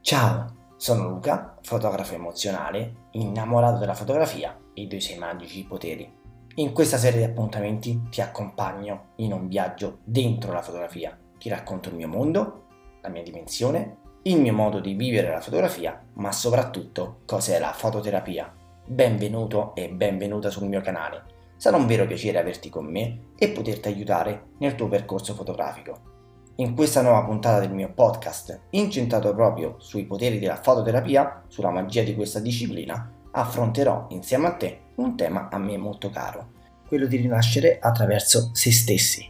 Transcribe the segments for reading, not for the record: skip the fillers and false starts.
Ciao, sono Luca, fotografo emozionale, innamorato della fotografia e dei suoi magici poteri. In questa serie di appuntamenti ti accompagno in un viaggio dentro la fotografia. Ti racconto il mio mondo, la mia dimensione, il mio modo di vivere la fotografia, ma soprattutto cos'è la fototerapia. Benvenuto e benvenuta sul mio canale. Sarà un vero piacere averti con me e poterti aiutare nel tuo percorso fotografico. In questa nuova puntata del mio podcast, incentrato proprio sui poteri della fototerapia, sulla magia di questa disciplina, affronterò insieme a te un tema a me molto caro, quello di rinascere attraverso se stessi.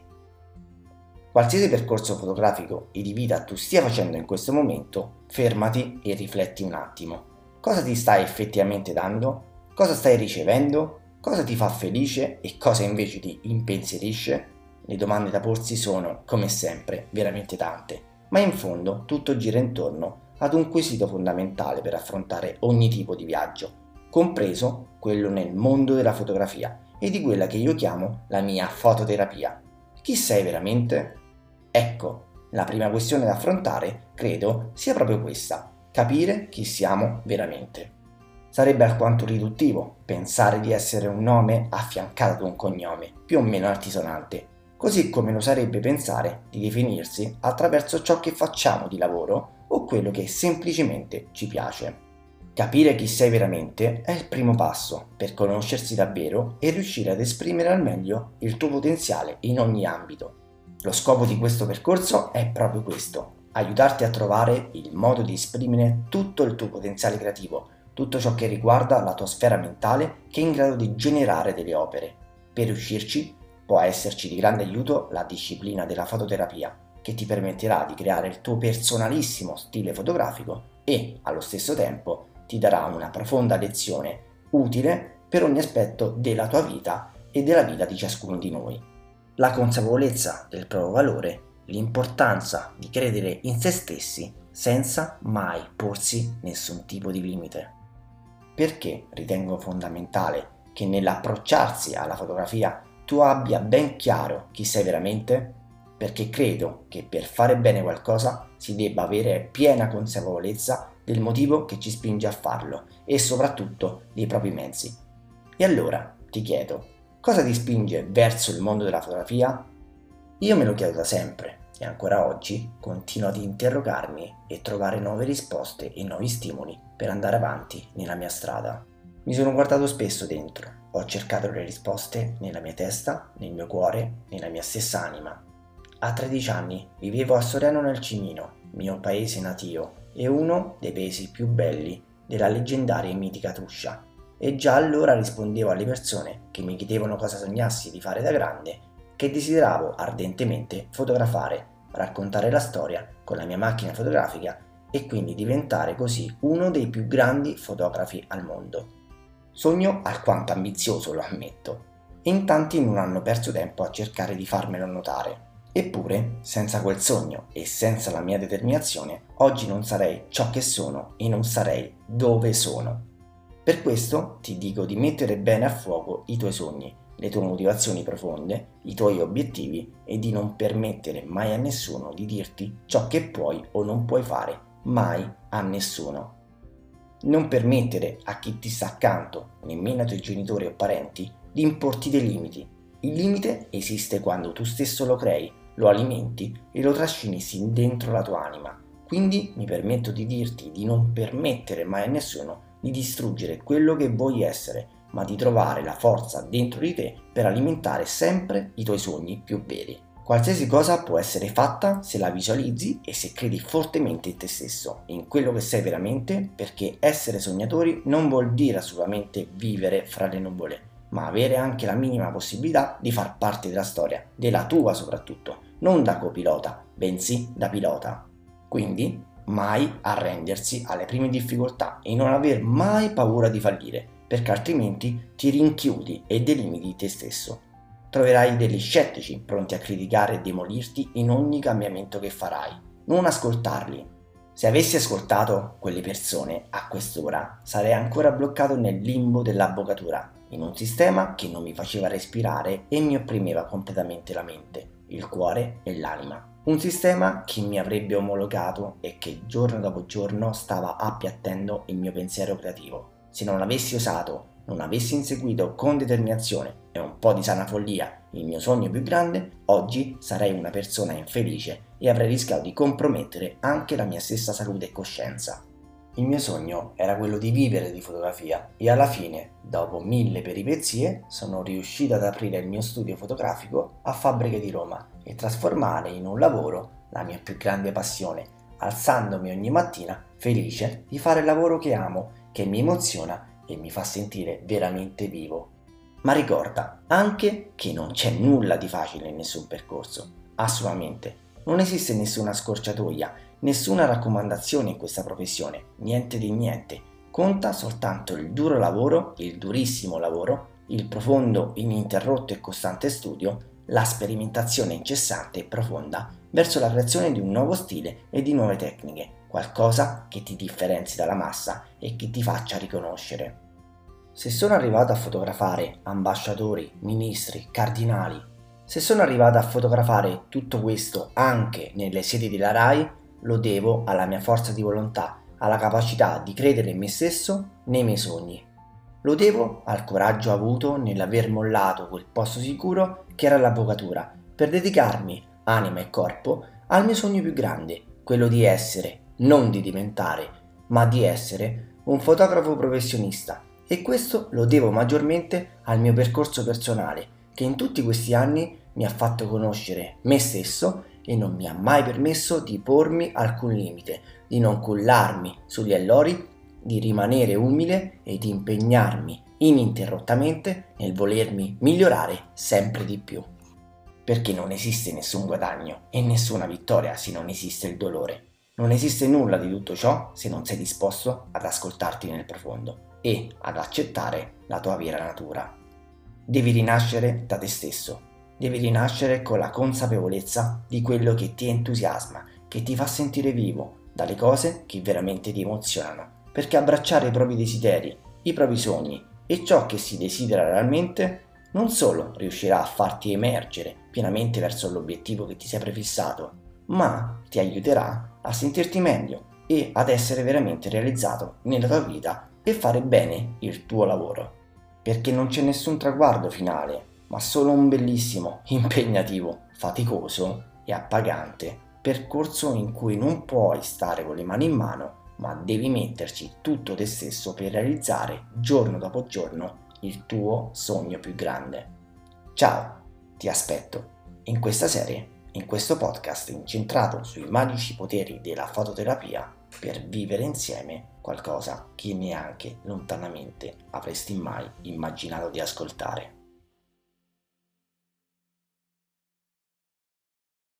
Qualsiasi percorso fotografico e di vita tu stia facendo in questo momento, fermati e rifletti un attimo. Cosa ti stai effettivamente dando? Cosa stai ricevendo? Cosa ti fa felice e cosa invece ti impensierisce? Le domande da porsi sono, come sempre, veramente tante, ma in fondo tutto gira intorno ad un quesito fondamentale per affrontare ogni tipo di viaggio, compreso quello nel mondo della fotografia e di quella che io chiamo la mia fototerapia. Chi sei veramente? Ecco, la prima questione da affrontare, credo, sia proprio questa, capire chi siamo veramente. Sarebbe alquanto riduttivo pensare di essere un nome affiancato ad un cognome, più o meno altisonante, così come lo sarebbe pensare di definirsi attraverso ciò che facciamo di lavoro o quello che semplicemente ci piace. Capire chi sei veramente è il primo passo per conoscersi davvero e riuscire ad esprimere al meglio il tuo potenziale in ogni ambito. Lo scopo di questo percorso è proprio questo, aiutarti a trovare il modo di esprimere tutto il tuo potenziale creativo, tutto ciò che riguarda la tua sfera mentale che è in grado di generare delle opere. Per riuscirci può esserci di grande aiuto la disciplina della fototerapia, che ti permetterà di creare il tuo personalissimo stile fotografico e, allo stesso tempo, ti darà una profonda lezione utile per ogni aspetto della tua vita e della vita di ciascuno di noi. La consapevolezza del proprio valore, l'importanza di credere in se stessi senza mai porsi nessun tipo di limite. Perché ritengo fondamentale che nell'approcciarsi alla fotografia tu abbia ben chiaro chi sei veramente? Perché credo che per fare bene qualcosa si debba avere piena consapevolezza del motivo che ci spinge a farlo e soprattutto dei propri mezzi. E allora ti chiedo, cosa ti spinge verso il mondo della fotografia? Io me lo chiedo da sempre e ancora oggi continuo ad interrogarmi e trovare nuove risposte e nuovi stimoli per andare avanti nella mia strada. Mi sono guardato spesso dentro, ho cercato le risposte nella mia testa, nel mio cuore, nella mia stessa anima. A 13 anni vivevo a Soriano nel Cimino, mio paese natio, e uno dei paesi più belli della leggendaria e mitica Tuscia. E già allora rispondevo alle persone che mi chiedevano cosa sognassi di fare da grande, che desideravo ardentemente fotografare, raccontare la storia con la mia macchina fotografica e quindi diventare così uno dei più grandi fotografi al mondo. Sogno alquanto ambizioso, lo ammetto, e in tanti non hanno perso tempo a cercare di farmelo notare. Eppure, senza quel sogno e senza la mia determinazione, oggi non sarei ciò che sono e non sarei dove sono. Per questo ti dico di mettere bene a fuoco i tuoi sogni, le tue motivazioni profonde, i tuoi obiettivi e di non permettere mai a nessuno di dirti ciò che puoi o non puoi fare, mai a nessuno. Non permettere a chi ti sta accanto, nemmeno ai tuoi genitori o parenti, di importi dei limiti. Il limite esiste quando tu stesso lo crei, lo alimenti e lo trascini sin dentro la tua anima. Quindi mi permetto di dirti di non permettere mai a nessuno di distruggere quello che vuoi essere, ma di trovare la forza dentro di te per alimentare sempre i tuoi sogni più veri. Qualsiasi cosa può essere fatta se la visualizzi e se credi fortemente in te stesso, in quello che sei veramente, perché essere sognatori non vuol dire assolutamente vivere fra le nuvole, ma avere anche la minima possibilità di far parte della storia, della tua soprattutto, non da copilota, bensì da pilota. Quindi, mai arrendersi alle prime difficoltà e non aver mai paura di fallire, perché altrimenti ti rinchiudi e delimiti te stesso. Troverai degli scettici pronti a criticare e demolirti in ogni cambiamento che farai. Non ascoltarli. Se avessi ascoltato quelle persone a quest'ora, sarei ancora bloccato nel limbo dell'avvocatura, in un sistema che non mi faceva respirare e mi opprimeva completamente la mente, il cuore e l'anima. Un sistema che mi avrebbe omologato e che giorno dopo giorno stava appiattendo il mio pensiero creativo. Se non l'avessi usato, non avessi inseguito con determinazione e un po' di sana follia il mio sogno più grande, oggi sarei una persona infelice e avrei rischiato di compromettere anche la mia stessa salute e coscienza. Il mio sogno era quello di vivere di fotografia e alla fine, dopo 1000 peripezie, sono riuscito ad aprire il mio studio fotografico a Fabbriche di Roma e trasformare in un lavoro la mia più grande passione, alzandomi ogni mattina felice di fare il lavoro che amo, che mi emoziona e mi fa sentire veramente vivo. Ma ricorda anche che non c'è nulla di facile in nessun percorso, assolutamente. Non esiste nessuna scorciatoia, nessuna raccomandazione in questa professione, niente di niente. Conta soltanto il duro lavoro, il durissimo lavoro, il profondo, ininterrotto e costante studio, la sperimentazione incessante e profonda verso la creazione di un nuovo stile e di nuove tecniche, qualcosa che ti differenzi dalla massa e che ti faccia riconoscere. Se sono arrivato a fotografare ambasciatori, ministri, cardinali, se sono arrivato a fotografare tutto questo anche nelle sedi della RAI, lo devo alla mia forza di volontà, alla capacità di credere in me stesso, nei miei sogni. Lo devo al coraggio avuto nell'aver mollato quel posto sicuro che era l'avvocatura, per dedicarmi, anima e corpo, al mio sogno più grande, quello di essere, non di diventare, ma di essere un fotografo professionista. E questo lo devo maggiormente al mio percorso personale, che in tutti questi anni mi ha fatto conoscere me stesso e non mi ha mai permesso di pormi alcun limite, di non cullarmi sugli allori, di rimanere umile e di impegnarmi ininterrottamente nel volermi migliorare sempre di più. Perché non esiste nessun guadagno e nessuna vittoria se non esiste il dolore. Non esiste nulla di tutto ciò se non sei disposto ad ascoltarti nel profondo e ad accettare la tua vera natura. Devi rinascere da te stesso. Devi rinascere con la consapevolezza di quello che ti entusiasma, che ti fa sentire vivo, dalle cose che veramente ti emozionano. Perché abbracciare i propri desideri, i propri sogni e ciò che si desidera realmente non solo riuscirà a farti emergere pienamente verso l'obiettivo che ti sei prefissato, ma ti aiuterà a sentirti meglio e ad essere veramente realizzato nella tua vita e fare bene il tuo lavoro. Perché non c'è nessun traguardo finale, ma solo un bellissimo, impegnativo, faticoso e appagante percorso in cui non puoi stare con le mani in mano, ma devi metterci tutto te stesso per realizzare giorno dopo giorno il tuo sogno più grande. Ciao, ti aspetto in questa serie, in questo podcast incentrato sui magici poteri della fototerapia per vivere insieme qualcosa che neanche lontanamente avresti mai immaginato di ascoltare.